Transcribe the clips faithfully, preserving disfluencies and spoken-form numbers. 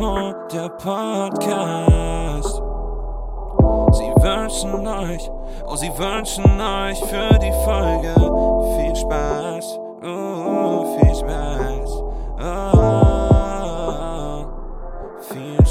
Emo, der Podcast. Sie wünschen euch, oh sie wünschen euch für die Folge viel Spaß, oh viel Spaß, oh viel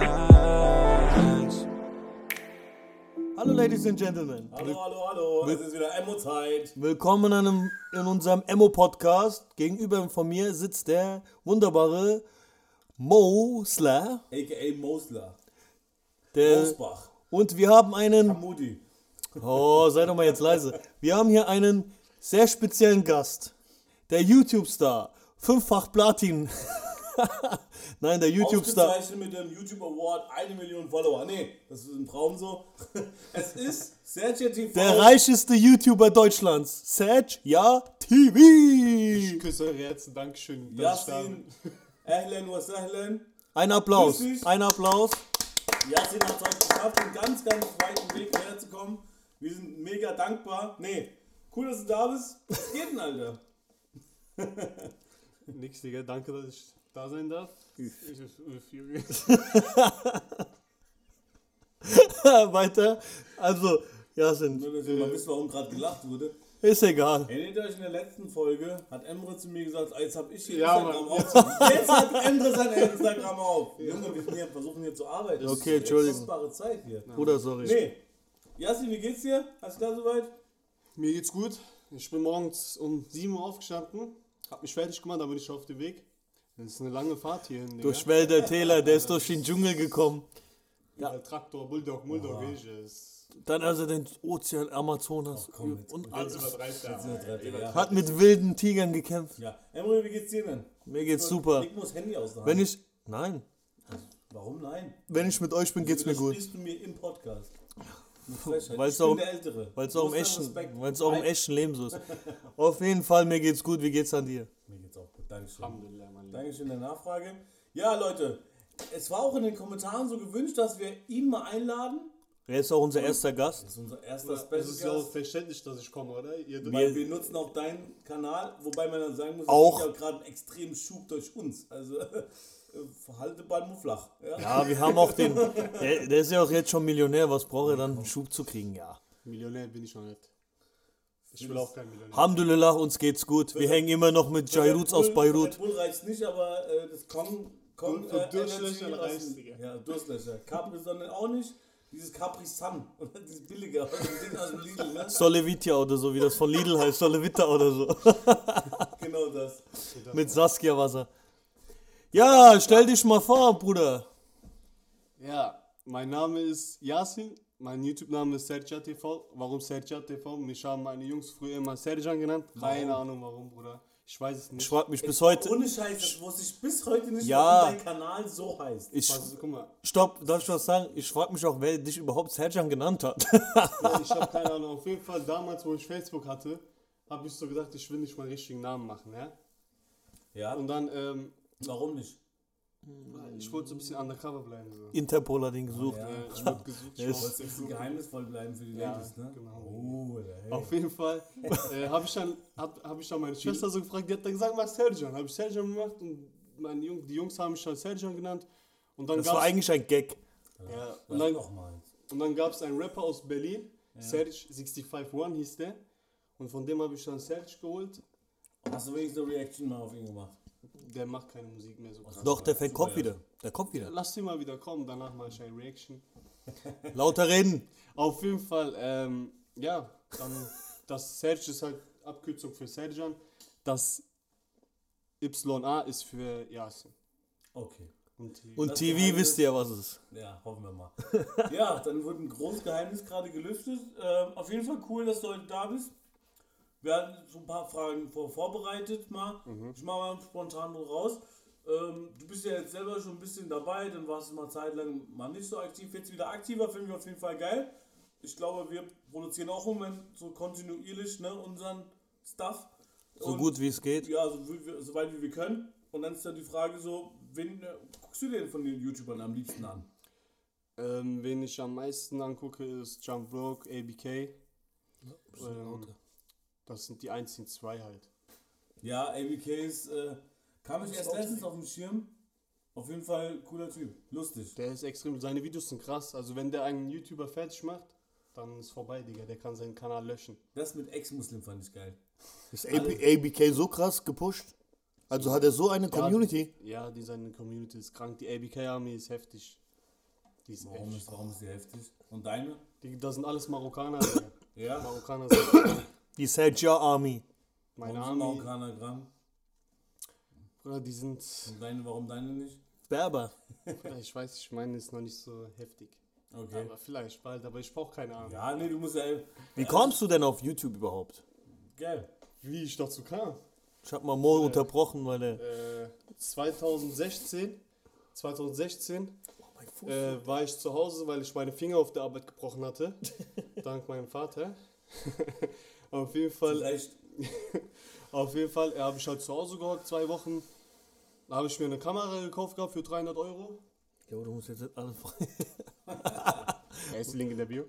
Spaß. Hallo Ladies and Gentlemen. Hallo, hallo, hallo. Es ist wieder Emo-Zeit. Willkommen in, einem, in unserem Emo-Podcast. Gegenüber von mir sitzt der wunderbare Mosler. A K A Mosler. Der, Mosbach. und wir haben einen... Hamudi. Oh, sei doch mal jetzt leise. Wir haben hier einen sehr speziellen Gast. Der YouTube-Star. Fünffach Platin. Nein, der YouTube-Star. Ausgezeichnet mit dem YouTube Award eine Million Follower. Nee, das ist ein Traum so. Es ist Serge T V. Der reicheste YouTuber Deutschlands. Serge, ja, T V. Ich küsse eure Herzen, Dankeschön. dass ich da Yasin. Ahlan wa sahlan. Ein Applaus. Grüß dich. Ein Applaus. Yasin hat es heute geschafft, einen ganz, ganz weiten Weg herzukommen. Wir sind mega dankbar. Nee, cool, dass du da bist. Was geht denn, Alter? Nix, Digga. Danke, dass ich da sein darf. Ich, ich, ich, Weiter. Also, Yasin, Nur, dass ihr mal wisst, warum gerade gelacht wurde. ist egal. Erinnert ihr euch, in der letzten Folge hat Emre zu mir gesagt, ah, jetzt hab ich hier Ja, Instagram Mann. auf. Jetzt hat Emre sein Instagram auf. Junge, wir sind hier, versuchen hier zu arbeiten. Das Okay, ist Entschuldigung. kostbare Zeit hier. Bruder, sorry. Nee. Yasin, wie geht's dir? Alles klar soweit? mir geht's gut. Ich bin morgens um sieben Uhr aufgestanden. Hab mich fertig gemacht, dann bin ich auf dem Weg. Das ist eine lange Fahrt hier hin, Digga. Durch Wälder, Täler, der ist durch den Dschungel gekommen. Ja. Traktor, Bulldog, Bulldog, ich es. Dann also den Ozean, Amazonas komm, jetzt- und jetzt alles. übertreibt er. Jetzt übertreibt er, ja. Hat mit wilden Tigern gekämpft. Ja. Emre, wie geht's dir denn? Mir geht's super. Leg mal das Handy aus der Hand. Wenn ich, nein, Warum nein? wenn ich mit euch bin, geht's mir gut. Sprichst du mir im Podcast? Eine Frechheit. Weil's Ich bin auch- der Ältere. Weil es Du auch, im musst deinen echten- Respekt- weil's auch im Nein. echten Leben so ist. Auf jeden Fall, mir geht's gut. Wie geht's an dir? Mir geht's auch gut. Dankeschön. Alhamdulillah, mein Lieber. Dankeschön der Nachfrage. Ja, Leute, es war auch in den Kommentaren so gewünscht, dass wir ihn mal einladen. Er ist auch unser erster Gast. Das ist unser erster Es ist ja auch Special-Gast. verständlich, dass ich komme, oder? Ihr drei. Weil wir nutzen auch deinen Kanal, wobei man dann sagen muss, Auch. es ist ja gerade ein extrem Schub durch uns. Also halte Ball nur flach. Ja? Ja, wir haben auch den, der, der ist ja auch jetzt schon Millionär. Was braucht er dann, einen Schub zu kriegen? Ja. Millionär bin ich noch nicht. Ich will auch kein Millionär. Alhamdulillah, uns geht's gut. Wir hängen immer noch mit Jairuts aus Beirut. Red Bull reicht nicht, aber äh, das Con, Con Für äh, Durstlöcher Energy reicht's, aus- Digga. Ja, Durstlöcher. Capri Sonne auch nicht. Dieses Capri Sun oder dieses billige aus dem Ding aus dem Lidl, ne? Solevita oder so, wie das von Lidl heißt. Solevita oder so. Genau das. Mit Saskia Wasser. Ja, stell dich mal vor, Bruder. Ja, mein Name ist Yasin, mein YouTube-Name ist Serge T V. Warum Serge T V? Mich haben meine Jungs früher immer Serjan genannt. Keine Ahnung warum, Bruder. Ich weiß es Ich nicht. frag mich bis heute. Ohne Scheiß, das wusste ich bis heute nicht, Ja. warum dein Kanal so heißt. Ich, Also, guck mal, stopp, darf ich was sagen? Ich frag mich auch, wer dich überhaupt Serjan genannt hat. ja, ich habe keine Ahnung. Auf jeden Fall damals, wo ich Facebook hatte, habe ich so gedacht, ich will nicht meinen richtigen Namen machen, ja. Ja, Und dann, ähm, warum nicht? ich wollte so ein bisschen undercover bleiben. So. Interpol hat ihn gesucht. Ja. Äh, ich wurde gesucht. Ich Ja, war ist- Du wolltest jetzt geheimnisvoll bleiben für die Ja, Ladies, ne? genau. Oh, hey. Auf jeden Fall äh, habe ich, dann, hab, hab ich dann meine Schwester so gefragt, die hat dann gesagt, mach Serjan. Habe ich Serjan gemacht und meine Jung, die Jungs haben mich dann Serjan genannt. Und dann Das war gab's- eigentlich ein Gag. ja, und Sag dann, noch mal. und dann gab es einen Rapper aus Berlin, Serge fünfundsechzig One hieß der. Und von dem habe ich dann Serge geholt. Hast du wenigstens eine Reaction mal auf ihn gemacht? Der macht keine Musik mehr so krass. Doch, der fängt Super, kommt wieder. Der kommt wieder. Lass ihn mal wieder kommen, danach mache ich eine Reaction. Lauter reden. Auf jeden Fall, ähm, ja, dann das Serge ist halt Abkürzung für Serjan. Das Y A ist für Yasin. Okay. Und die, Und Das T V Geheimnis- wisst ihr, was es ist. Ja, hoffen wir mal. Ja, dann wurde ein großes Geheimnis gerade gelüftet. Ähm, auf jeden Fall cool, dass du heute da bist. Wir hatten so ein paar Fragen vor, vorbereitet mal. Ich mache mal spontan nur raus. Ähm, du bist ja jetzt selber schon ein bisschen dabei, dann warst du mal zeitlang mal nicht so aktiv. Jetzt wieder aktiver, finden wir auf jeden Fall geil. Ich glaube, wir produzieren auch im Moment so kontinuierlich, ne, unseren Stuff. So Und- gut wie es geht. Ja, so, wie wir, so weit wie wir können. Und dann ist dann die Frage so, wen äh, guckst du denn von den YouTubern am liebsten an? ähm, wen ich am meisten angucke, ist Jump Broke, A B K. Ähm, das sind die einzigen zwei halt. Ja, A B K ist, äh, kam ich erst letztens auf dem Schirm. Auf jeden Fall cooler Typ. Lustig. Der ist extrem, seine Videos sind krass. Also wenn der einen YouTuber fertig macht, dann ist vorbei, Digga. Der kann seinen Kanal löschen. Das mit Ex-Muslim fand ich geil. Ist A B K so krass gepusht? Also hat er so eine Community? Ja, ja, die seine Community ist krank. Die A B K Army ist heftig. Die ist Warum echt. ist, warum ist die heftig? Und deine? Die, das sind alles Marokkaner, Digga. Ja. Marokkaner sind Die Serja Army. meine Warum Army. sind Marokkaner dran? Bruder, die sind, Und deine, warum deine nicht? Berber. ich weiß, ich meine, ist noch nicht so heftig. Okay. Aber vielleicht bald, aber ich brauche keine Ahnung. Ja, nee, du musst ja. Wie kommst du denn auf YouTube überhaupt? Geil. Wie ich dazu kam? Ich hab mal Mo unterbrochen, weil er... Äh, zweitausendsechzehn, zweitausendsechzehn äh, war ich zu Hause, weil ich meine Finger auf der Arbeit gebrochen hatte. Dank meinem Vater. Auf jeden Fall, Vielleicht. auf jeden Fall, äh, habe ich halt zu Hause gehockt, zwei Wochen. Da habe ich mir eine Kamera gekauft gehabt für dreihundert Euro. Jo, du musst jetzt nicht alles frei. Er ist der Link in der Bio.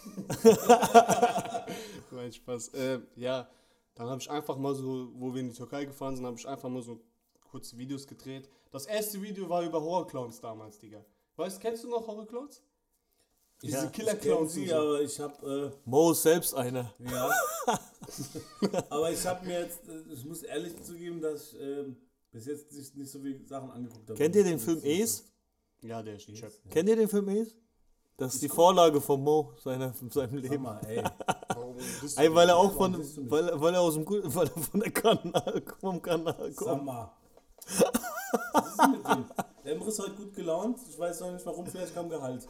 Nein, Spaß. Äh, ja, dann habe ich einfach mal so, wo wir in die Türkei gefahren sind, habe ich einfach mal so kurze Videos gedreht. Das erste Video war über Horrorclowns damals, Digga. Weißt, kennst du noch Horrorclowns? Diese Ja, Ich Killer-Clowns. kenn und sie, so. aber ich hab, äh, Mo ist selbst einer. ja. Aber ich hab mir jetzt, äh, ich muss ehrlich zugeben, dass ich äh, bis jetzt nicht, nicht so viele Sachen angeguckt habe. Kennt ihr den Film Es? Ja, der ist ein Chef. Kennt ihr den Film Es? Das ist die Vorlage von Mo, seiner, seinem Sag Leben. mal, ey. Warum bist du Ey, weil er auch Warum von, bist du mich? weil, weil er aus dem, Gut- weil er von der Kanal, vom Kanal Sag kommt. mal. Was ist denn mit dem? Der Emre ist heute gut gelaunt. Ich weiß noch nicht warum, vielleicht kam Gehalt.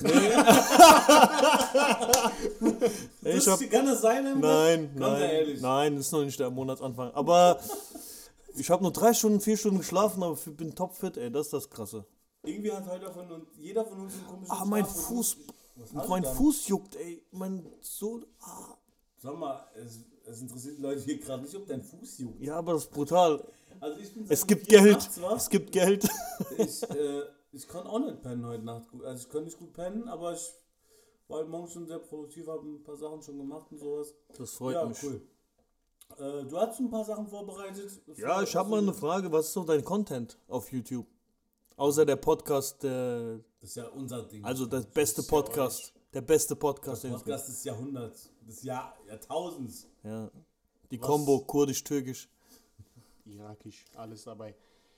Ey, ich Das, hab, kann das sein, Emre? nein, Komm, sei nein, ehrlich. nein, ist noch nicht der Monatsanfang. Aber ich habe nur drei Stunden, vier Stunden geschlafen, aber ich bin topfit, ey, das ist das Krasse. Irgendwie hat heute von uns, jeder von uns einen komischen Ah, mein Schlaf- Fuß, Was hast mein du dann? Fuß juckt, ey, mein so, ah. Sag mal, es, es interessiert die Leute hier gerade nicht, ob dein Fuß juckt. Ja, aber das ist brutal. Also ich bin Es seit gibt vier Geld, nachts wach. es gibt Geld. Ich, äh, ich kann auch nicht pennen heute Nacht gut. Also ich kann nicht gut pennen, aber ich war heute Morgen schon sehr produktiv, habe ein paar Sachen schon gemacht und sowas. Das freut ja, mich. cool. Äh, du hast ein paar Sachen vorbereitet. Ja, ich habe mal eine Frage, was ist so dein Content auf YouTube? Außer der Podcast, der, Das ist ja unser Ding. also der beste Podcast, der beste Podcast. Der den es gibt. Podcast des Jahrhunderts, des Jahr, Jahrtausends. Ja. Die Was- Kombo kurdisch-türkisch. Irakisch, alles dabei.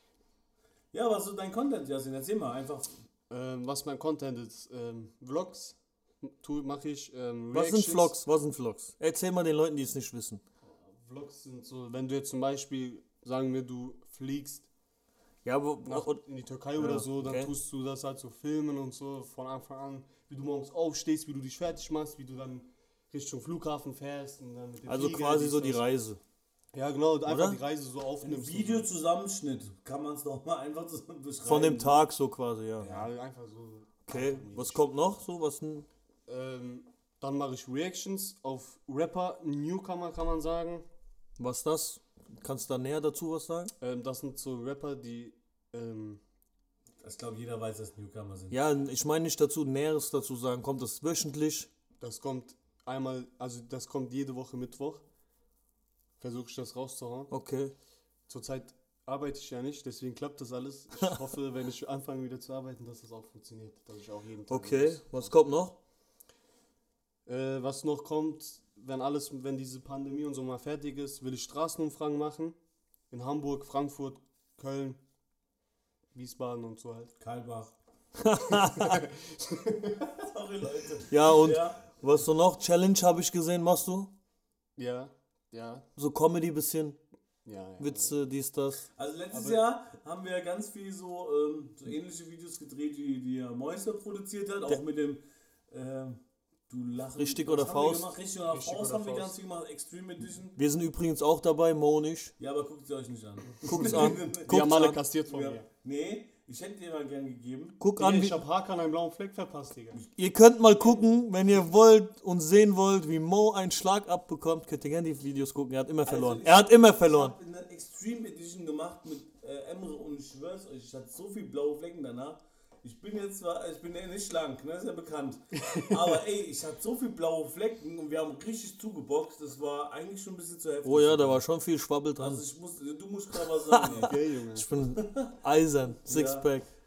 Ja, was ist so dein Content, Jasin? Erzähl mal einfach. Ähm, was mein Content ist, ähm, Vlogs mache ich. Ähm, Was sind Reactions. Vlogs? Was sind Vlogs? Erzähl mal den Leuten, die es nicht wissen. Vlogs sind so, wenn du jetzt zum Beispiel, sagen wir, du fliegst Ja, aber nach, und- in die Türkei oder so, dann okay. tust du das halt so filmen und so von Anfang an, wie du morgens aufstehst, wie du dich fertig machst, wie du dann Richtung Flughafen fährst und dann mit dem also Flieger, quasi dies, so die das. Reise. Ja, genau, einfach Oder? die Reise so Ein aufnimmst. Videozusammenschnitt, kann man es doch mal einfach so beschreiben. Von dem Tag so quasi, ja. Ja, einfach so. Okay, was kommt noch? So, was denn? Ähm, dann mache ich Reactions auf Rapper, Newcomer kann man sagen. Was das? Kannst du da näher dazu was sagen? Ähm, das sind so Rapper, die ähm, Ich glaube, jeder weiß, dass Newcomer sind. Ja, ich meine nicht dazu, Näheres dazu sagen. Kommt das wöchentlich? das kommt einmal, also das kommt jede Woche Mittwoch. Versuche ich das rauszuhauen. Okay. Zurzeit arbeite ich ja nicht, deswegen klappt das alles. Ich hoffe, wenn ich anfange wieder zu arbeiten, dass das auch funktioniert. Dass ich auch jeden Tag. Okay, was- was kommt noch? Äh, was noch kommt, wenn alles, wenn diese Pandemie und so mal fertig ist, will ich Straßenumfragen machen. In Hamburg, Frankfurt, Köln, Wiesbaden und so halt. Karlbach. Sorry, Leute. Ja, und Ja, was so noch? Challenge habe ich gesehen, machst du? Ja, ja, So Comedy bisschen, ja. ja. Witze, dies, das. also letztes Aber- Jahr haben wir ganz viel so, ähm, so ähnliche Videos gedreht, wie die Herr Mäuser produziert hat. Auch Der- mit dem ähm, Du Lachen. Richtig was oder haben wir Faust? Gemacht? Richtig oder Richtig Faust oder haben wir Faust. ganz viel gemacht. Extreme Edition. Wir sind übrigens auch dabei, Mo und ich. Ja, aber guckt sie euch nicht an. Guckt's an. Die haben Guckt's alle an. kassiert von Ja. mir. Nee, ich hätte dir mal gern gegeben. Guck Digga, an, ich wie, hab Hakan einen blauen Fleck verpasst, Digga. ihr könnt mal gucken, wenn ihr wollt und sehen wollt, wie Mo einen Schlag abbekommt, könnt ihr gerne die Videos gucken. Er hat immer verloren. Also ich- er hat immer verloren. Ich habe eine Extreme Edition gemacht mit äh, Emre und ich schwör's euch, ich hatte so viele blaue Flecken danach. Ich bin jetzt zwar, ich bin ja nicht schlank, ne, ist ja bekannt. Aber ey, ich hatte so viele blaue Flecken und wir haben richtig zugeboxt. Das war eigentlich schon ein bisschen zu heftig. Oh ja, da war schon viel Schwabbel dran. Also ich muss, du musst gerade was sagen, ey. Okay, Junge. Ich bin eisern, Sixpack.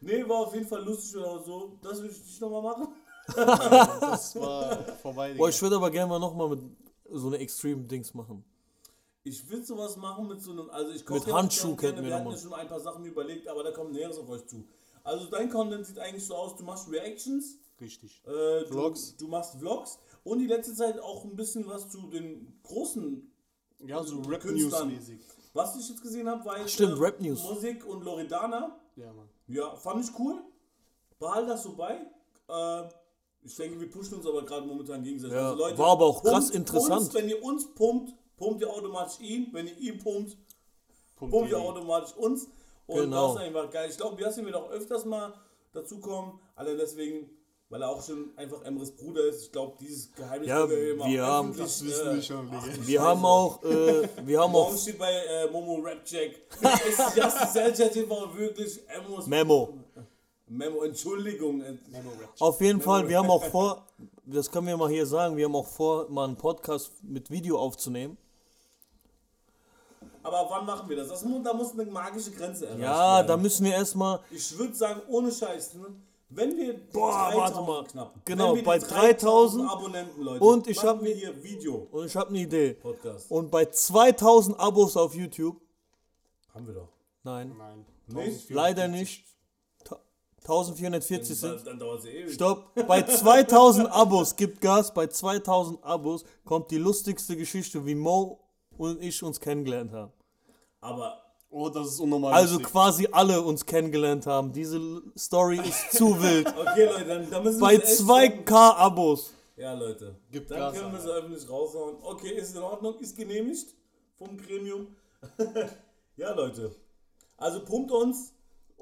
Nee, war auf jeden Fall lustig oder so. Das würde ich nicht nochmal machen. Das war vorbei. Boah, ich würde aber gerne mal nochmal mit so eine Extreme-Dings machen. Ich will sowas machen mit so einem, also ich koche Mit ja auch Handschuh gerne, könnten wir wir hatten noch ja schon ein paar Sachen überlegt, aber da kommt Näheres auf euch zu. Also dein Content sieht eigentlich so aus, du machst Reactions, Richtig. äh, Vlogs. Du, du machst Vlogs und die letzte Zeit auch ein bisschen was zu den großen Ja, so Künstlern. Rap-News-mäßig. Was ich jetzt gesehen habe, war jetzt Stimmt, äh, Rap News. Musik und Loredana. Ja, Mann. Ja, fand ich cool. Behalt das so bei. Äh, ich denke, wir pushen uns aber gerade momentan gegenseitig. Ja, Also Leute, war aber auch krass pumpt interessant. Uns, wenn ihr uns pumpt, pumpt ihr automatisch ihn. Wenn ihr ihn pumpt, Punkt pumpt ihr D E. automatisch uns. Und Genau. das ist einfach geil. Ich glaube, Yassin wird auch öfters mal dazu kommen. Allein deswegen, weil er auch schon einfach Emres Bruder ist. Ich glaube, dieses Geheimnis Ja, können immer wir haben- öffentlich, Das wissen äh, die schon, Digga. Wir haben auch, äh, wir haben Morgen auch steht bei äh, Momo Rapjack. Ist Yassin Selchat war wirklich Emos Memo. Memo, Entschuldigung. Auf jeden Fall, wir haben auch vor, das können wir mal hier sagen, wir haben auch vor, mal einen Podcast mit Video aufzunehmen. Aber wann machen wir das? das muss, da muss eine magische Grenze erreicht Ja, werden. da müssen wir erstmal, Ich würde sagen, ohne Scheiß, ne? Wenn wir die Boah, warte dreitausend mal. knappen, Genau, wenn wir die bei dreitausend Abonnenten, Leute, und ich machen hab wir mi- hier Video und ich habe eine Idee. Podcast. Und bei zweitausend Abos auf YouTube, Haben wir doch. nein, Nein. Nicht? leider nicht, Ta- eintausendvierhundvierzig Dann, sind, dann dauert es ewig. stopp, bei zweitausend Abos, gibt Gas, bei zweitausend Abos kommt die lustigste Geschichte, wie Mo und ich uns kennengelernt haben. Aber Oh, das ist unnormal. Also lustig. quasi alle uns kennengelernt haben. Diese L- Story ist zu wild. okay, Leute, dann, dann müssen Bei wir echt zwei sagen- K Abos. Ja, Leute. Gibt dann Gas, können wir Alter. sie öffentlich raushauen. Okay, ist in Ordnung, ist genehmigt vom Gremium. Ja, Leute. Also pumpt uns.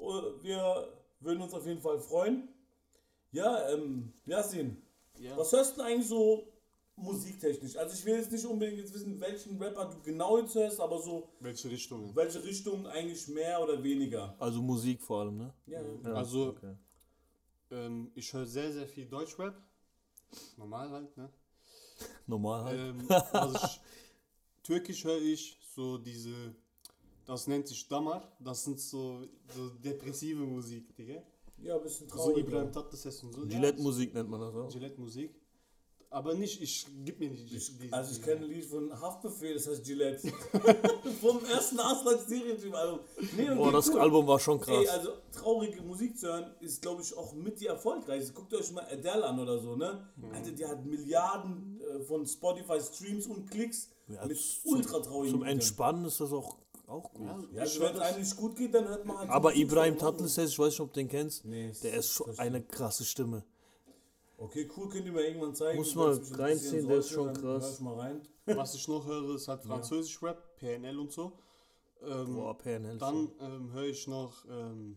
Wir würden uns auf jeden Fall freuen. Ja, ähm, Yassin, Ja. was hörst du denn eigentlich so musiktechnisch? Also ich will jetzt nicht unbedingt jetzt wissen, welchen Rapper du genau jetzt hörst, aber so Welche Richtung? welche Richtung eigentlich mehr oder weniger. Also Musik vor allem, ne? Ja, Ja, Also, okay. ähm, ich höre sehr, sehr viel Deutschrap. Normal halt, ne? Normal halt. Ähm, also ich, Türkisch höre ich so diese, das nennt sich Damar, das sind so, so depressive Musik, Digga. ja, ein bisschen So traurig. Ibrahim Tatlıses und so. Gillette-Musik nennt man das auch. Gillette-Musik. Aber nicht, ich gib mir nicht die, Ich, die, also ich die- kenne ein Lied von Haftbefehl, das heißt Gillette. Vom ersten Aslak-Serientyp-Album. Nee, okay, Boah, das cool. Album war schon krass. Ey, also traurige Musik zu hören ist, glaube ich, auch mit die erfolgreichste. Guckt euch mal Adele an oder so, ne? Mhm. Alter, die hat Milliarden äh, von Spotify-Streams und Klicks Ja, mit zum- ultra traurigen Zum Liedern. Entspannen ist das auch, auch gut. Ja, Ich also wenn hör es das- einem nicht gut geht, dann hört man halt... Aber so Musik Ibrahim von anderen. Tatlıses, ich weiß nicht, ob du den kennst, Nee, der ist schon verstehe. eine krasse Stimme. Okay, cool, könnt ihr mir irgendwann zeigen. Muss wenn es mal mich reinziehen, interessieren der ist sollte, schon dann krass. hör ich mal rein. Was ich noch höre, ist halt Französisch-Rap, P N L und so. Ähm, Boah, P N L. dann ähm, höre ich noch ähm,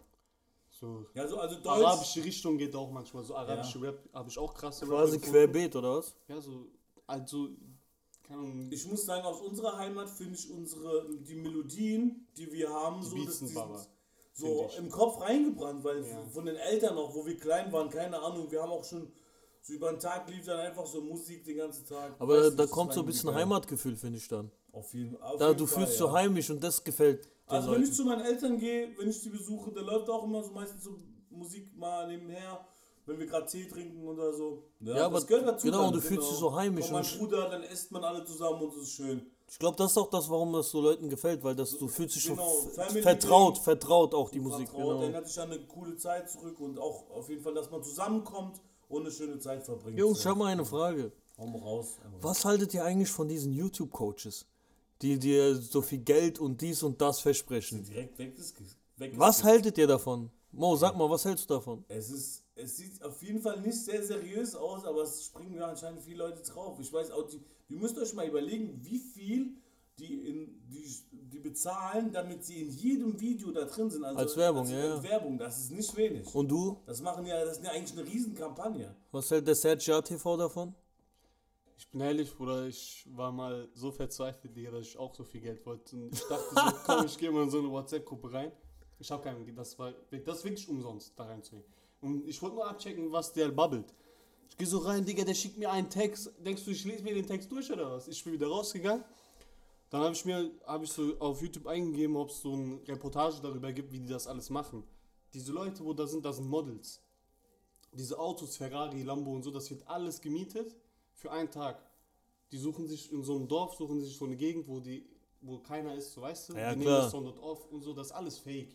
so Ja, so, also Deutsch... arabische Richtung geht auch manchmal. So arabische Rap habe ich auch krasse Rap Quasi gefunden. querbeet, oder was? Ja, so, also, keine Ahnung, Ich muss sagen, aus unserer Heimat finde ich unsere, die Melodien, die wir haben, so, Beats dass sind die Baba, sind find so ich. im Kopf reingebrannt, weil Ja. von den Eltern noch, wo wir klein waren, keine Ahnung, wir haben auch schon so über den Tag lief dann einfach so Musik den ganzen Tag. Aber Weiß da, nicht, da das kommt war so ein irgendwie bisschen geil. Heimatgefühl, finde ich dann. Auf jeden, auf Da jeden du Fall, fühlst ja. so heimisch und das gefällt den Also wenn Leuten. ich zu meinen Eltern gehe, wenn ich die besuche, da läuft auch immer so meistens so Musik mal nebenher, wenn wir gerade Tee trinken oder so. Ja, aber genau, und du fühlst dich so heimisch Und mein und- Bruder, dann isst man alle zusammen und es ist schön. Ich glaube, das ist auch das, warum das so Leuten gefällt, weil das, du fühlst dich Genau, schon f- Family vertraut, Ding. vertraut auch die Musik. Vertraut, Genau. erinnert sich an eine coole Zeit zurück und auch auf jeden Fall, dass man zusammenkommt und eine schöne Zeit verbringt. Jungs, So. ich habe mal eine Frage. Hau mal raus. Hau mal raus. Was haltet ihr eigentlich von diesen YouTube-Coaches, die dir so viel Geld und dies und das versprechen? Direkt weg ist weg. Was ist haltet ihr davon? Mo, sag mal, was hältst du davon? Es ist, es sieht auf jeden Fall nicht sehr seriös aus, aber es springen ja anscheinend viele Leute drauf. Ich weiß auch, die, ihr müsst euch mal überlegen, wie viel die, in, die, die bezahlen, damit sie in jedem Video da drin sind. Also Als Werbung, als, ja, ja. als Werbung, das ist nicht wenig. Und du? Das machen ja, das ist ja eigentlich eine Riesenkampagne. Was hält der Sergio T V davon? Ich bin ehrlich, Bruder, ich war mal so verzweifelt, Digga, dass ich auch so viel Geld wollte. Und ich dachte so, komm, ich gehe mal in so eine WhatsApp-Gruppe rein. Ich habe keinen, das war, das ist wirklich umsonst, da reinzugehen. Und ich wollte nur abchecken, was der babbelt. Ich gehe so rein, Digga, der schickt mir einen Text. Denkst du, ich lese mir den Text durch oder was? Ich bin wieder rausgegangen. Dann habe ich mir, habe ich so auf YouTube eingegeben, ob es so eine Reportage darüber gibt, wie die das alles machen. diese Leute, wo da sind, das sind Models. Diese Autos, Ferrari, Lambo und so, das wird alles gemietet für einen Tag. Die suchen sich in so einem Dorf, suchen sich so eine Gegend, wo die, wo keiner ist, so weißt du, Ja, die klar. nehmen das dann dort auf und so, das ist alles fake.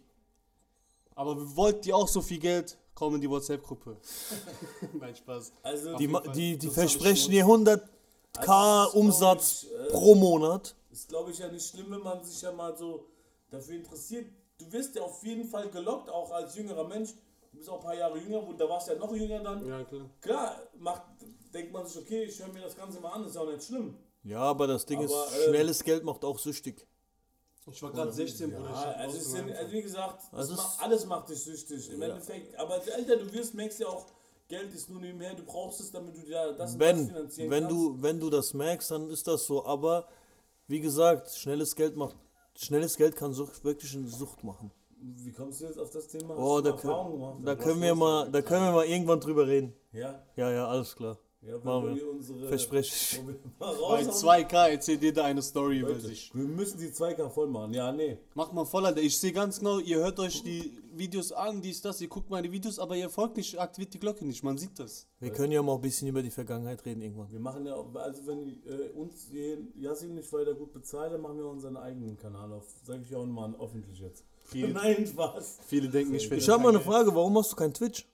Aber wollt ihr auch so viel Geld, kommen in die WhatsApp-Gruppe. Nein, Spaß. Also, Auf Die, jeden ma- Fall, die, die das versprechen hab ich dir hundert K Also, das Umsatz glaub ich, äh, pro Monat. ist, glaube ich, ja nicht schlimm, wenn man sich ja mal so dafür interessiert. Du wirst ja auf jeden Fall gelockt, auch als jüngerer Mensch. Du bist auch ein paar Jahre jünger, wo da warst du ja noch jünger dann. Ja, klar. Klar, macht, denkt man sich, okay, ich höre mir das Ganze mal an, ist ja auch nicht schlimm. Ja, aber das Ding Aber, ist, ähm, schnelles Geld macht auch süchtig. Ich war gerade sechzehn, Bruder. ich Ja, hab also, es ausgemacht. sind, also wie gesagt, Also es es- macht, alles macht dich süchtig im Ja. Endeffekt. Aber je älter du wirst, merkst du ja auch, Geld ist nur nebenher, du brauchst es, damit du dir das und das Wenn, finanzieren wenn, kannst. du, wenn du das merkst, dann ist das so. Aber wie gesagt, schnelles Geld macht, schnelles Geld kann Sucht, wirklich eine Sucht machen. Wie kommst du jetzt auf das Thema? Oh, Hast da, du Erfahrung können, gemacht? da können wir mal, da können wir mal irgendwann drüber reden. Ja, Ja, ja, alles klar. ja, wenn Machen wir unsere... Verspreche ich. wo wir mal Bei raushauen. zwei K erzählt jeder eine Story über Leute, sich. wir müssen die zwei K voll machen. Ja, nee. Macht mal voll, Alter. Ich sehe ganz genau, ihr hört euch die Videos an, dies, das, ihr guckt meine Videos, aber ihr folgt nicht, aktiviert die Glocke nicht, man sieht das. Wir können ja mal ein bisschen über die Vergangenheit reden irgendwann. Wir machen ja, also wenn äh, uns die Yasin nicht weiter gut bezahlt, dann machen wir unseren eigenen Kanal auf. Sag ich ja auch mal öffentlich jetzt. Viele, Nein, Spaß. viele denken, ich will Ich habe mal eine Frage, warum hast du kein Twitch?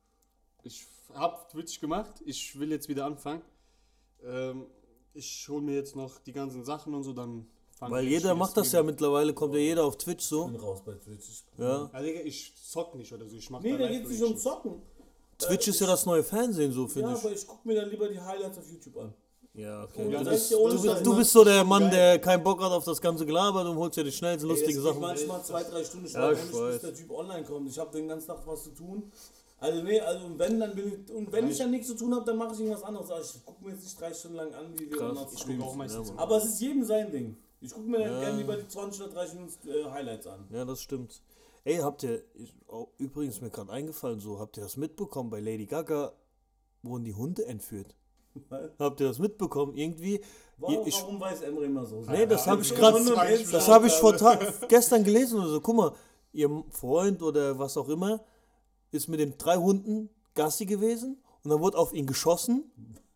Ich hab Twitch gemacht, ich will jetzt wieder anfangen. Ähm, ich hole mir jetzt noch die ganzen Sachen und so, dann fange Weil ich jeder wieder macht das ja streamen. mittlerweile, kommt ja jeder auf Twitch Ich so. bin raus bei Twitch. Ich, Ja. Ja, Digga, ich zock nicht oder so, ich mach Nee, da Live geht es nicht um Reactions. Zocken. Twitch Äh, ist ja das neue Fernsehen, so Ja, finde aber ich gucke mir dann lieber die Highlights auf YouTube an. ich. Ja, Und okay. dann Ja, Du sag ich bist, dir ohne du, bist, Scheiß, du Mann, bist so der Mann, geil. der keinen Bock hat auf das ganze Gelaber, du holst dir die schnellsten, Ey, lustige das geht Sachen. manchmal zwei, drei Stunden Ja, schnell, ich wenn ich weiß. bis der Typ online kommt. Ich habe den ganzen Tag was zu tun. Also nee, also und wenn dann bin ich, und wenn ich dann nichts zu tun habe, dann mache ich irgendwas anderes. Also ich gucke mir jetzt nicht drei Stunden lang an, wie wir Krass. danach Ich gucke streamen. auch meistens. Ja, Mann. Aber es ist jedem sein Ding. Ich gucke mir dann Ja. gerne lieber die zwanzig oder dreißig Minuten äh, Highlights an. Ja, das stimmt. Ey, habt ihr, ich, oh, übrigens mir gerade eingefallen, so, habt ihr das mitbekommen? Bei Lady Gaga wurden die Hunde entführt. Was? Habt ihr das mitbekommen? Irgendwie. Warum, ich, warum weiß Emre immer so? nee, das habe ich Ja, gerade, nur Menschen das sagen, habe ich vor Tag, gestern gelesen oder so. Guck mal, ihr Freund oder was auch immer ist mit den drei Hunden Gassi gewesen und dann wurde auf ihn geschossen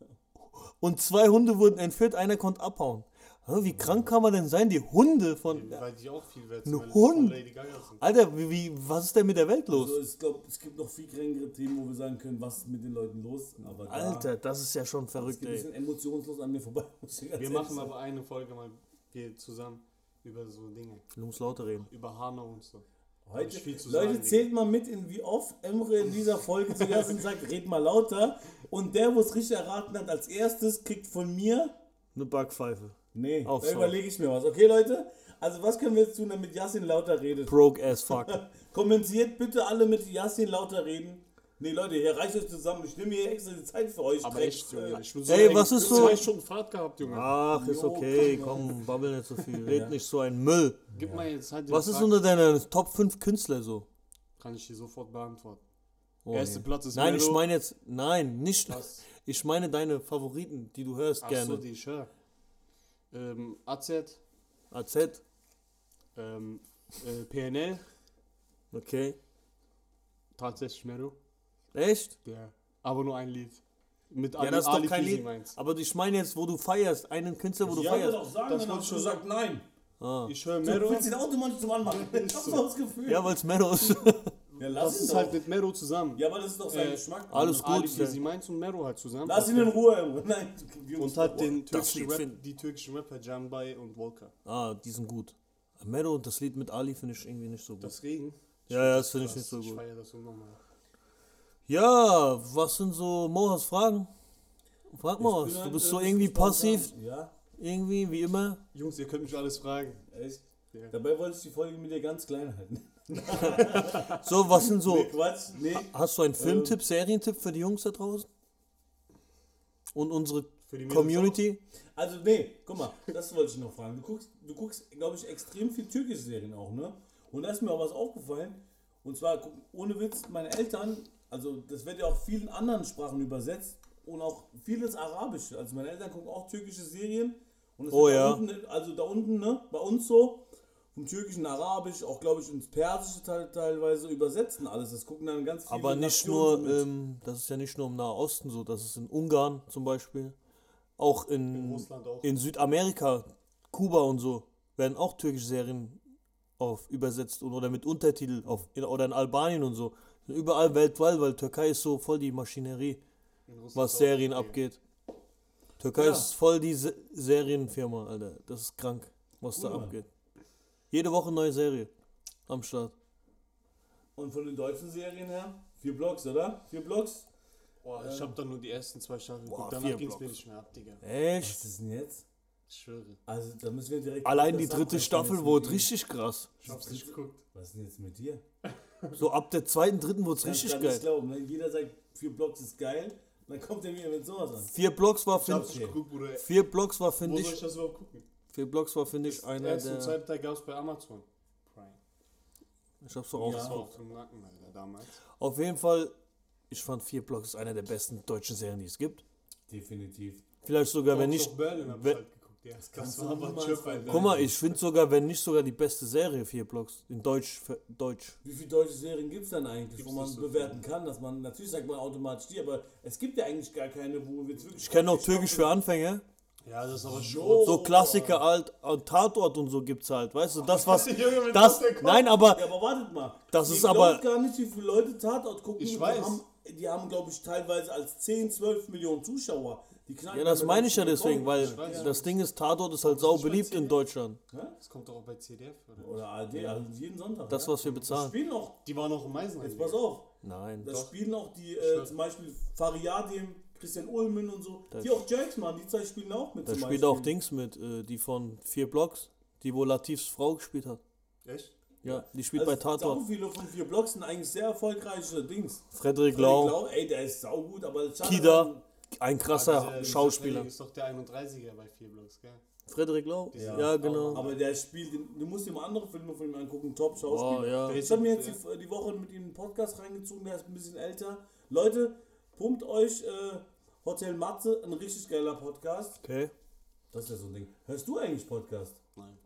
und zwei Hunde wurden entführt, einer konnte abhauen. Hä, Wie krank kann man denn sein? Die Hunde von... Weil die auch viel wert Ein sind, weil die Hund? von Lady Gaga sind. Alter, wie, wie, was ist denn mit der Welt los? Also ich glaube, es gibt noch viel kränkere Themen, wo wir sagen können, was ist mit den Leuten los. Aber da, Alter, das ist ja schon es verrückt, geht ein ey. bisschen emotionslos an mir vorbei. Muss ich ganz Wir ehrlich machen sagen. aber eine Folge mal wir zusammen über so Dinge. Du musst lauter reden. Über Hanau und so. Heute, Hab ich viel zu Leute, sagen, zählt mal mit, in wie oft Emre in dieser Folge zuerst sagt, red mal lauter. Und der, wo es richtig erraten hat, als erstes kriegt von mir. Eine Backpfeife. Nee, Auf da Sound. überlege ich mir was. Okay, Leute? Also, was können wir jetzt tun, damit Yasin lauter redet? Broke as fuck. Kommentiert bitte alle mit Yasin lauter reden. Nee, Leute, hier reicht euch zusammen. Ich nehme hier extra die Zeit für euch. Aber Drecks, echt, Junge. äh, Ich bin so Ey, eng- was ist so- Zwei Stunden Fahrt gehabt, Junge. Ach, ist Jo, okay, komm, komm, babbel nicht so viel. Red Ja. nicht so ein Müll. Gib mal jetzt halt den Was ist Frag- unter deiner Top fünf Künstler so? Kann ich dir sofort beantworten. Oh, Erster nee. Platz ist Nein, ich Melo. meine jetzt, nein, nicht. Was? Ich meine deine Favoriten, die du hörst Ach gerne. so, die ich höre. Ähm, A Z, A Z, ähm, äh, P N L, okay. tatsächlich Mero. Echt? Ja. Aber nur ein Lied. Mit Ja, Ali- das ist doch Ali kein Fizi Lied. meins. Aber ich meine jetzt, wo du feierst, einen Künstler, wo du ja, würde feierst. auch sagen, Das dann wollte hast ich du schon gesagt, nein. Ah. Ich höre Du Mero. willst ihn automatisch zum Anmachen. Ich hab so das Gefühl. Ja, weil es Mero ist. Ja, lass Das ihn ist doch. halt mit Mero zusammen. Ja, aber das ist doch sein Äh, Geschmack. alles gut. Ali Fizi meins und Mero halt zusammen. Lass ihn in Ruhe, Emre. Nein, wir Und müssen hat doch- den Das türkischen Lied Rap, find- die türkischen Rapper Janbay und Volker. Ah, die sind gut. Mero und das Lied mit Ali finde ich irgendwie nicht so gut. Das Regen. Ja, ja, das finde ich Krass, nicht so Ich gut. feiere das unnormal. Ja, was sind so Mohas Fragen? Frag mal Ich bin was. Du halt, bist äh, so bisschen irgendwie spontan. passiv, Ja, irgendwie, wie immer. Jungs, ihr könnt mich alles fragen. echt. Ja. Dabei wollte ich die Folge mit dir ganz klein halten. So, was sind so. Nee, Quatsch, nee. Hast du einen Filmtipp, Serientipp für die Jungs da draußen? Und unsere Für die Mädels Community? Also, nee, guck mal, das wollte ich noch fragen. Du guckst, du guckst glaube ich, extrem viel türkische Serien auch, ne? Und da ist mir auch was aufgefallen. Und zwar, guck, ohne Witz, meine Eltern, also das wird ja auch vielen anderen Sprachen übersetzt und auch vieles Arabische. Also meine Eltern gucken auch türkische Serien. Und es Oh wird da ja. unten, also da unten, ne, bei uns so. vom Türkischen, Arabisch, auch glaube ich ins Persische teil, teilweise übersetzen alles. Das gucken dann ganz viele Aber nicht Nationen nur, mit. ähm, das ist ja nicht nur im Nahen Osten so, das ist in Ungarn zum Beispiel, auch in, In Russland auch. in Südamerika, Kuba und so, werden auch türkische Serien auf übersetzt und, oder mit Untertitel auf, in, oder in Albanien und so. Überall weltweit, weil Türkei ist so voll die Maschinerie, In Russland was auch. Serien Okay. abgeht. Türkei Ja. ist voll die Se Serienfirma, Alter. Das ist krank, was Cool, da Mann. abgeht. Jede Woche neue Serie am Start. Und von den deutschen Serien her? Vier Blocks, oder? Vier Blocks? Boah, ich hab dann nur die ersten zwei Staffeln Boah, geguckt, vier danach ging's mir Blocks. nicht mehr ab, Digga. Echt? Was ist denn jetzt? Ich schwöre. Also, da müssen wir direkt. Allein die das dritte abbrechen Staffel jetzt wurde mit ihm. richtig krass. Ich hab's nicht geguckt. Was ist denn jetzt mit dir? So ab der zweiten, dritten wurde es Kannst richtig grad nicht geil. glauben, ne? Jeder sagt, vier Blocks ist geil. Dann kommt er mir mit sowas an. Vier Blocks war, Ich finde hab's nicht geguckt, Bruder. vier Blocks war, Wo finde soll ich ich, das überhaupt gucken? vier Blocks war, finde ich, Das einer erste und der, zweite Teil gab's bei Amazon Prime. ich hab's doch auch. Ja. Das war auf dem Nacken, Alter, damals. Auf jeden Fall, ich fand vier Blocks ist einer der besten deutschen Serien, die es gibt. Definitiv. Vielleicht sogar, wenn Auch nicht, noch Berlin hab ich wenn- halt geguckt. Ja, das Kannst war du aber niemals Chip, vergleichen. Alter. guck mal, ich finde sogar, wenn nicht sogar die beste Serie, vier Blocks, in Deutsch, für Deutsch. Wie viele deutsche Serien gibt es denn eigentlich, Gibt's wo man nicht so bewerten kann, dass man, natürlich sagt man automatisch die, aber es gibt ja eigentlich gar keine, wo wir jetzt wirklich... Ich kenne auch Türkisch für Anfänger. Ja, das ist aber So. schon. So Klassiker halt, und Tatort und so gibt's halt, weißt du, das was, Junge, mit das, was der kommt. nein, aber, Ja, aber wartet mal. Das Ihr ist glaubt aber- gar nicht, wie viele Leute Tatort gucken. Ich Die weiß. Haben, die haben, glaube ich, teilweise als zehn, zwölf Millionen Zuschauer. Die knacken ja, das damit meine ich ja den deswegen, Rekord. weil Ich weiß. das Ding ist, Tatort ist halt sau beliebt in Deutschland. Das kommt doch auch bei C D F, oder? Oder A R D, also jeden Sonntag. Das, ja. was wir Das bezahlen. spielen auch, Die waren auch im Meisenheim. jetzt pass auf, Nein. das Doch. spielen auch die, Ich äh, weiß. zum Beispiel Fariadim, Christian Ulmen und so. Das- die auch Jakes, Mann, die zwei spielen auch mit Da zum spielt Beispiel. auch Dings mit, äh, die von vier Blocks, die wo Latifs Frau gespielt hat. Echt? Ja, die spielt Also, bei Tatort. sau viele von vier Blocks sind eigentlich sehr erfolgreiche Dings. Frederik Lau, Lau, ey, der ist saugut, aber schade, Kida, ein Ja, krasser dieser- dieser Schauspieler. Frederik ist doch der einunddreißiger bei vier Blocks, gell? Frederik Lau? Ja. Ja, genau. Aber der spielt, du musst dir mal andere Filme von ihm angucken, top Schauspieler. Boah, ja. Ich habe mir jetzt die, die Woche mit ihm einen Podcast reingezogen, der ist ein bisschen älter. Leute, pumpt euch äh, Hotel Matze, ein richtig geiler Podcast. Okay. Das ist ja so ein Ding. Hörst du eigentlich Podcast? Nein,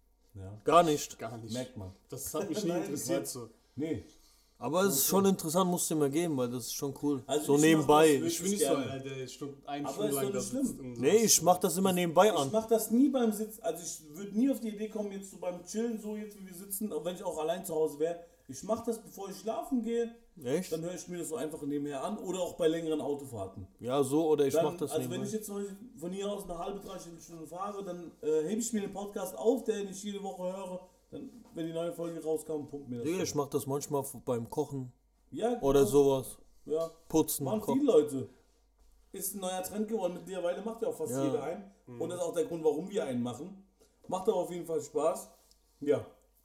Ja. Gar nicht. gar nicht. Merkt man. Das hat mich nie Nein, interessiert Quatsch. so. Nee. Aber es ist schon interessant, musst du dir mal geben, weil das ist schon cool. Also so ich nebenbei. mach das Ich will nicht so, gerne. Alter, der stimmt eine Aber Stunde ist lang doch da nicht sitzt schlimm. und Nee, ich mach das immer nebenbei Ich an. mach das nie beim Sitzen. Also ich würde nie auf die Idee kommen, jetzt so beim Chillen, so jetzt wie wir sitzen, auch wenn ich auch allein zu Hause wäre. Ich mach das, bevor ich schlafen gehe. Echt? Dann höre ich mir das so einfach nebenher an oder auch bei längeren Autofahrten. Ja, so oder ich Dann, mach das also wenn nebenbei. ich jetzt zum Beispiel von hier aus eine halbe, dreiviertel Stunde fahre, dann äh, hebe ich mir den Podcast auf, den ich jede Woche höre. Dann, wenn die neue Folge rauskommt, pumpt mir das. Digga, dann. ich mach das manchmal beim Kochen ja, oder genau. sowas. Ja, Putzen. machen Kochen. viele Leute. Ist ein neuer Trend geworden. Mittlerweile macht ja auch fast Ja. jeder einen. Und das ist auch der Grund, warum wir einen machen. Macht aber auf jeden Fall Spaß. Ja.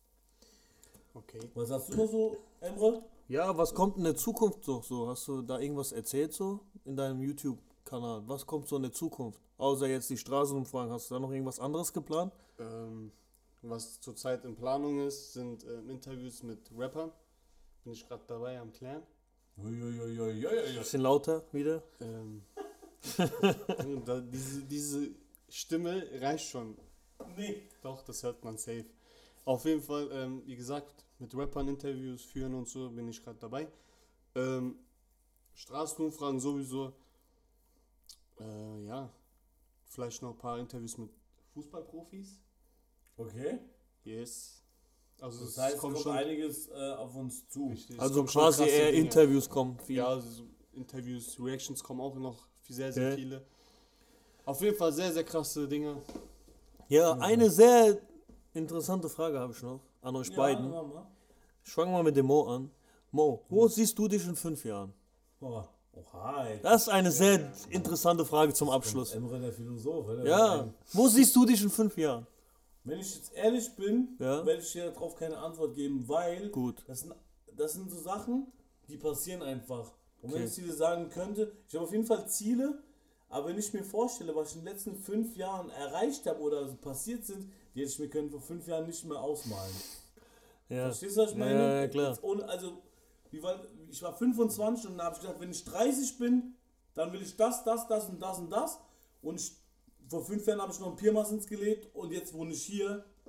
Okay. Was hast du noch so, Emre? Ja, was kommt in der Zukunft so? so? Hast du da irgendwas erzählt so in deinem YouTube-Kanal? Was kommt so in der Zukunft? Außer jetzt die Straßenumfragen. Hast du da noch irgendwas anderes geplant? Ähm, was zurzeit in Planung ist, sind ähm, Interviews mit Rappern. Bin ich gerade dabei am Klären. Uiuiuiuiui. Bisschen lauter wieder. Ähm, da, diese, diese Stimme reicht schon. Nee. Doch, das hört man safe. Auf jeden Fall, ähm, wie gesagt, mit Rappern Interviews führen und so bin ich gerade dabei. Ähm, Straßenumfragen sowieso. Äh, ja, vielleicht noch ein paar Interviews mit Fußballprofis. Okay. Yes. Also Das heißt, es kommt kommt schon einiges äh, auf uns zu. richtig, es Also kommen schon quasi krasse eher Dinge. Interviews kommen. Viel. Ja, also so Interviews, Reactions kommen auch noch sehr, sehr Okay. viele. Auf jeden Fall sehr, sehr krasse Dinge. Ja, eine sehr interessante Frage habe ich noch an euch Ja, beiden. mach mal. Ich fange mal mit dem Mo an. Mo, wo siehst du dich in fünf Jahren? Oh, oha, ey. Das ist eine sehr interessante Frage zum Abschluss. Emre, der Philosoph. Oder? Ja, wo siehst du dich in fünf Jahren? Wenn ich jetzt ehrlich bin, Ja. werde ich dir darauf keine Antwort geben, weil Gut. das sind, das sind so Sachen, die passieren einfach. Und wenn Okay. ich dir sagen könnte, ich habe auf jeden Fall Ziele, aber wenn ich mir vorstelle, was ich in den letzten fünf Jahren erreicht habe oder so passiert sind, die hätte ich mir können vor fünf Jahren nicht mehr ausmalen. Ja, Verstehst du, was ich meine? ja, ja klar. Jetzt ohne, also, wie war, ich war fünfundzwanzig und dann habe ich gedacht, wenn ich dreißig bin, dann will ich das, das, das und das und das. Und ich, vor fünf Jahren habe ich noch ein Pirmasens gelebt und jetzt wohne ich hier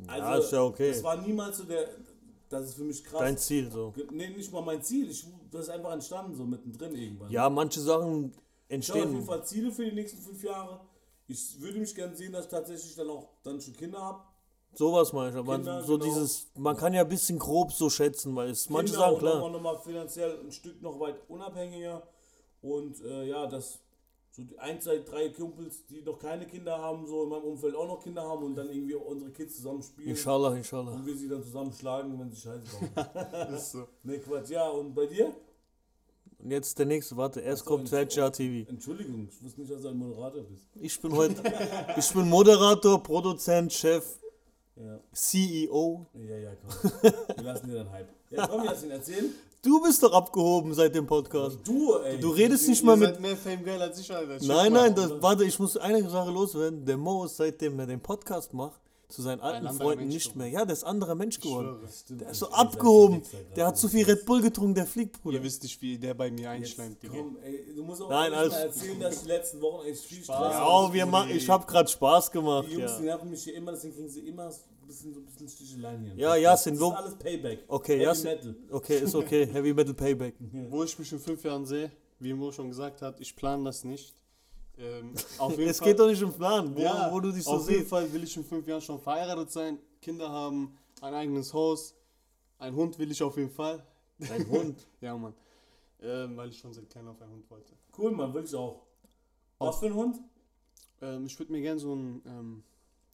Also, Ja, ist ja okay. Das war niemals so der, das ist für mich krass. Dein Ziel so. Nee, nicht mal mein Ziel. Ich, das ist einfach entstanden, so mittendrin irgendwann. Ja, manche Sachen Ich habe auf jeden entstehen. Fall Ziele für die nächsten fünf Jahre. Ich würde mich gerne sehen, dass ich tatsächlich dann auch dann schon Kinder habe. Sowas meine ich. Aber Kinder, so genau. dieses, man kann ja ein bisschen grob so schätzen, weil es manche Sachen, und klar. nochmal, nochmal finanziell ein Stück noch weit unabhängiger. Und äh, ja, dass so die ein, zwei, drei Kumpels, die noch keine Kinder haben, so in meinem Umfeld auch noch Kinder haben und dann irgendwie unsere Kids zusammen spielen. Inshallah, inshallah. Und wir sie dann zusammen schlagen, wenn sie Scheiße bauen. Ist so. Ne, Quatsch. Ja, und bei dir? Und jetzt der nächste, warte, erst Ach so, kommt Zercha T V. Entschuldigung, ich wusste nicht, dass du ein Moderator bist. Ich bin heute, ich bin Moderator, Produzent, Chef, Ja, C E O. ja, ja, komm. Wir lassen dir dann Hype. Ja, komm, lass ihn erzählen. Du bist doch abgehoben seit dem Podcast. Du, ey. Du redest nicht Ihr mal mit. seid mehr Fame geil als ich, Alter. Nein, nein, das, warte, ich muss eine Sache loswerden. Der Mo ist, seitdem er den Podcast macht, zu seinen alten anderer Freunden Mensch nicht geworden. mehr. Ja, der ist ein anderer Mensch geworden. Stimmt, Der ist so ihr seid abgehoben. Wichser gerade. Der hat zu viel Red Bull getrunken, der fliegt, Bruder. Ihr wisst nicht, wie der bei mir Jetzt, einschleimt, Digga. komm, ey, du musst auch Nein, nicht alles- mal erzählen, dass die letzten Wochen echt viel Stress Spaß. Ja, hatten. oh, wir ma ich hab grad Spaß gemacht, Die Jungs, ja. die nerven mich hier immer, deswegen kriegen sie immer so ein bisschen, so ein bisschen Sticheleien hier. Ja, das, Yasin, das wo- ist alles Payback. Okay, Heavy Yasin- Metal. Okay, ist okay. Heavy Metal Payback. Wo ich mich in fünf Jahren sehe, wie Mo schon gesagt hat, ich plane das nicht. Ähm, auf jeden Es Fall, geht doch nicht um Plan, wo, ja, wo du dich so auf jeden siehst. Fall will ich in fünf Jahren schon verheiratet sein, Kinder haben, ein eigenes Haus, ein Hund will ich auf jeden Fall. Ein Hund. Ja, Mann. Ähm, weil ich schon seit klein auf einen Hund wollte. Cool, Mann, will ich auch. Was für ein Hund? Ähm, ich würde mir gerne so ein, ähm,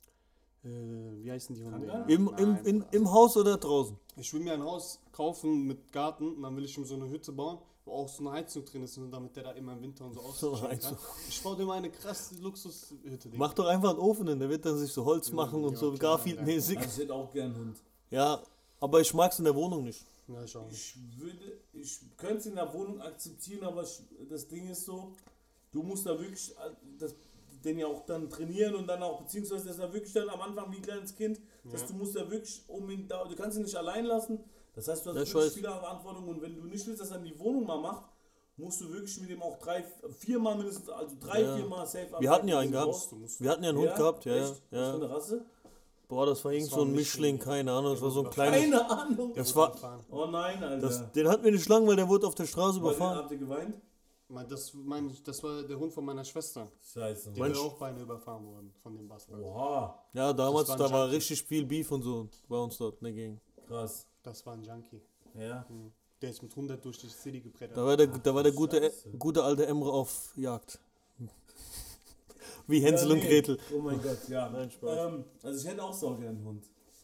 äh, wie heißen die Hunde? Kangal? Im, im, Nein, in, Bruder. Im Haus oder draußen? Ich will mir ein Haus kaufen mit Garten und dann will ich ihm so eine Hütte bauen, wo auch so eine Heizung drin ist, und damit der da immer im Winter und so So eine ausschauen Heizung. kann. Ich baue dir mal eine krasse Luxushütte. Digga. Mach doch einfach einen Ofen hin, der wird dann sich so Holz machen und ja, so klar, Garfield-mäßig. Also ich hätte auch gern einen Hund. Ja, aber ich mag's in der Wohnung nicht. Ja, schau. Ich würde, ich könnte es in der Wohnung akzeptieren, aber ich, das Ding ist so, du musst da wirklich äh, das, den ja auch dann trainieren und dann auch, beziehungsweise das ist ja wirklich dann am Anfang wie ein kleines Kind, dass du musst da wirklich um ihn da, du kannst ihn nicht allein lassen, das heißt, du hast Ja, ich wirklich weiß. viele Verantwortung, und wenn du nicht willst, dass er die Wohnung mal macht, musst du wirklich mit dem auch drei, viermal mindestens, also drei, Ja. viermal safe Wir hatten ja arbeiten, einen bis gehabt. du raus- Wir hatten ja einen Hund gehabt, ja, Echt? Was für ja. eine Rasse? Boah, das war irgend war so ein ein Mischling, Mischling. keine Ahnung, das war so ein kleines. Keine Ahnung. Das war, Oh nein, Alter. das, den hatten wir nicht lang, weil der wurde auf der Straße Weil überfahren. habt ihr geweint? Mein, das, mein, das war der Hund von meiner Schwester. Scheiße. Die Mensch. wäre auch beinahe überfahren worden von dem Bastard. Oha, Ja, damals, Das war ein da war Junkie. richtig viel Beef und so bei uns dort in der Gegend. krass. Das war ein Junkie. Ja. Der ist mit hundert durch die City gebrettert. Da war der, da war der gute, Scheiße. gute alte Emre auf Jagd. Wie Hänsel Ja, und nee. Gretel. Oh mein Gott, ja. Nein, Spaß. Ähm, also ich hätte auch so gerne einen Hund.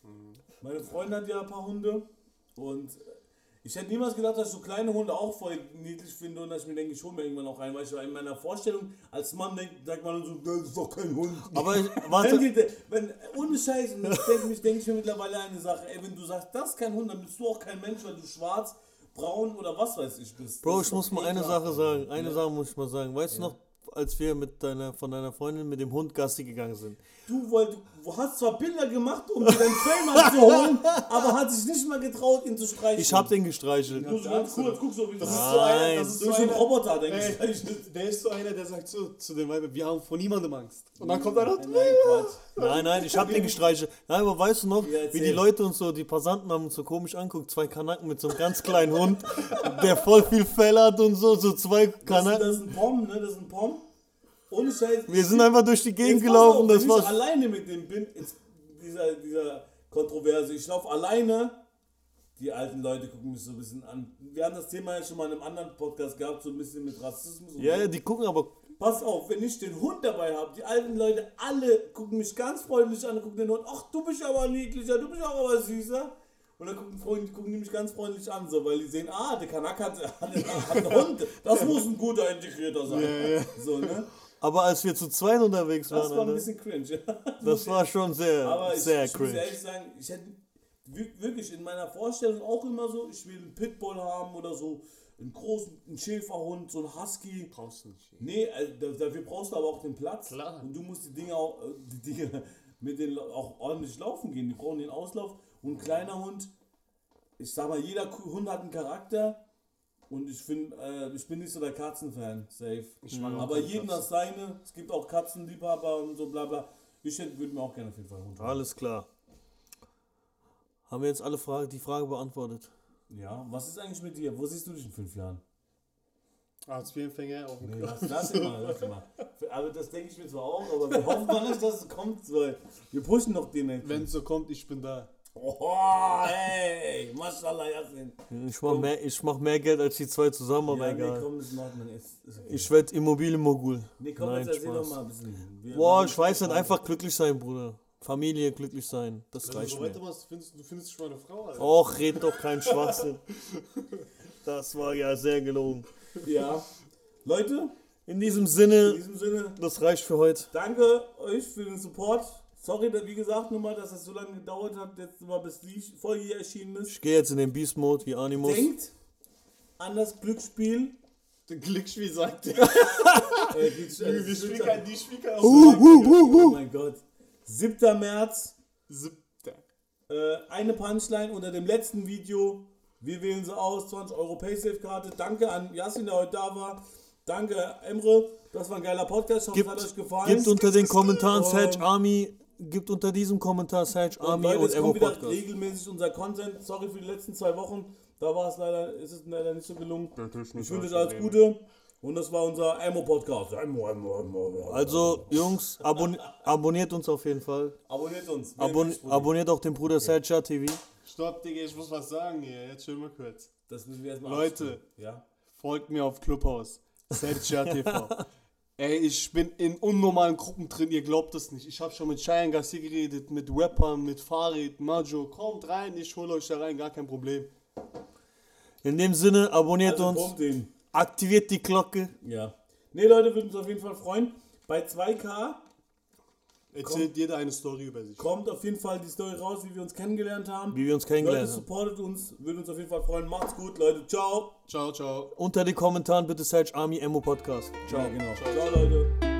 Meine Freundin hat ja ein paar Hunde und ich hätte niemals gedacht, dass ich so kleine Hunde auch voll niedlich finde und dass ich mir denke, ich hole mir irgendwann auch rein, weil ich in meiner Vorstellung als Mann denkt, sagt man so, das ist doch kein Hund. Aber ich, Wenn, warte, die, wenn, ohne Scheiß, und ich denke mich, denke ich mir mittlerweile eine Sache, ey, wenn du sagst, das ist kein Hund, dann bist du auch kein Mensch, weil du schwarz, braun oder was weiß ich bist. Bro, Das ich ist muss doch mal eine ekelhaft, Sache sagen. Alter. Eine Ja. Sache muss ich mal sagen. Weißt du Ja. noch, als wir mit deiner, von deiner Freundin mit dem Hund Gassi gegangen sind? Du wolltest, du hast zwar Bilder gemacht, um dir deinen Fame abzuholen, aber hat sich nicht mal getraut, ihn zu streichen. Ich hab den gestreichelt. Du so ganz kurz, guck so wie Das das ist ist so einer, Nein. das ist so durch den einer, Roboter, denke Ey, ich. der ist so einer, der sagt so zu dem Weiber, wir haben vor niemandem Angst. Und dann kommt einer, Nein, nein, Quatsch. Nein, nein, ich hab den gestreichelt. Nein, aber weißt du noch, Ja, erzähl. wie die Leute uns so, die Passanten haben uns so komisch anguckt, zwei Kanaken mit so einem ganz kleinen Hund, der voll viel Fell hat und so, so zwei Das, ist- Kanaken. das ist ein Pom, ne? Das ist ein Pom. Ohne Scheiß. Wir sind einfach durch die Gegend Jetzt pass auf, gelaufen, das wenn ich war. alleine mit dem bin, jetzt dieser, dieser Kontroverse. Ich laufe alleine. Die alten Leute gucken mich so ein bisschen an. Wir haben das Thema ja schon mal in einem anderen Podcast gehabt, so ein bisschen mit Rassismus. Und Ja, so. ja, die gucken aber. Pass auf, wenn ich den Hund dabei habe, die alten Leute alle gucken mich ganz freundlich an und gucken den Hund, ach, du bist aber niedlicher, du bist auch aber süßer. Und dann gucken, Freunde, gucken die mich ganz freundlich an, so, weil die sehen, ah, der Kanak hat, hat, hat einen Hund, das muss ein guter Integrierter sein. So, ne? Aber als wir zu zweit unterwegs Das waren, war ein Alter, bisschen cringe. Ja. das war schon sehr, Aber ich, sehr ich muss cringe. ehrlich sagen, ich hätte wir- wirklich in meiner Vorstellung auch immer so, ich will einen Pitbull haben oder so, einen großen einen Schäferhund, so einen Husky. brauchst du nicht. Nee, also da- dafür brauchst du aber auch den Platz. Klar. Und du musst die Dinge auch, äh, die Dinge mit denen auch ordentlich laufen gehen. Die brauchen den Auslauf. Und ein kleiner Hund, ich sag mal, jeder Ku- Hund hat einen Charakter. Und ich finde, äh, ich bin nicht so der Katzenfan, safe. Ich mag auch Aber keine jedem Katzen. das seine. Es gibt auch Katzenliebhaber und so bla bla. Ich hätte- würde mir auch gerne auf jeden Fall einen Hund haben. Alles klar. Haben wir jetzt alle Fragen, die Frage beantwortet? Ja, was ist eigentlich mit dir? Wo siehst du dich in fünf Jahren? Hartz-vier-Empfänger auf dem Nee, Kopf. lass, lass ihn mal, lass ihn mal. Aber das denke ich mir zwar auch, aber wir hoffen mal nicht, dass es kommt. Weil wir pushen noch den nicht. Wenn es so kommt, ich bin da. Oh, hey, Mashallah, Yasin. Ich mach, mehr, ich mach mehr Geld als die zwei zusammen, aber Ja, nee, egal. komm, das ist in Ordnung. Ist, ist okay. Ich werd Immobilienmogul. Nee, komm, Nein, jetzt erzähl Spaß. doch mal ein bisschen. Wir Boah, machen ich weiß nicht, Spaß. einfach glücklich sein, Bruder. Familie, glücklich sein. Das Wenn du reicht so mir. weitermachst, findest, du findest dich meine Frau, Alter. Och, red doch kein Schwachsinn. Das war ja sehr gelogen. Ja. Leute, In diesem in Sinne, diesem Sinne, das reicht für heute. danke euch für den Support. Sorry, dass, wie gesagt, nochmal, dass das so lange gedauert hat, jetzt mal bis die Folge hier erschienen ist. Ich gehe jetzt in den Beast-Mode wie Animus. Denkt an das Glücksspiel. Der Glücksspiel sagt er. Äh, Glücks- äh, Wir spielen kein, die spielen kein Oh mein Gott. siebter März. Siebter. Äh, eine Punchline unter dem letzten Video. Wir wählen sie aus. zwanzig Euro Paysafe-Karte. Danke an Yasin, der heute da war. Danke, Emre. Das war ein geiler Podcast. Ich hoffe, es hat euch Gibt, gefallen. gibt unter den Kommentaren Und- Sage Army, gibt unter diesem Kommentar Sage Und Army Leute, und es Emo kommt wieder Podcast. regelmäßig unser Content. Sorry für die letzten zwei Wochen. Da war es leider, ist es leider nicht so gelungen. Ich wünsche euch alles Gute. Und das war unser Emo Podcast. Emo, Emo, Emo. Also, Jungs, abon abonniert uns auf jeden Fall. Abonniert uns. Abon abonniert auch den Bruder Sage T V. Stopp, Digga, ich muss was sagen hier. Jetzt chill mal kurz. Das müssen wir erstmal Leute. abstimmen. Ja. Folgt mir auf Clubhouse. Sergio T V. Ey, ich bin in unnormalen Gruppen drin, ihr glaubt es nicht. Ich habe schon mit Cheyenne Garcia geredet, mit Rappern, mit Farid, Majo. Kommt rein, ich hole euch da rein, gar kein Problem. In dem Sinne, abonniert Also, uns, Punkt den. aktiviert die Glocke. Ja. Ne, Leute, würden uns auf jeden Fall freuen. Bei zwei K Erzählt jeder eine Story über sich. kommt auf jeden Fall die Story raus, wie wir uns kennengelernt haben. Wie wir uns Leute, kennengelernt haben. supportet uns, würden uns auf jeden Fall freuen. Macht's gut, Leute. Ciao. Ciao, ciao. Unter den Kommentaren bitte Sage Army Emo Podcast. Ciao. Ja, genau. Ciao, Leute.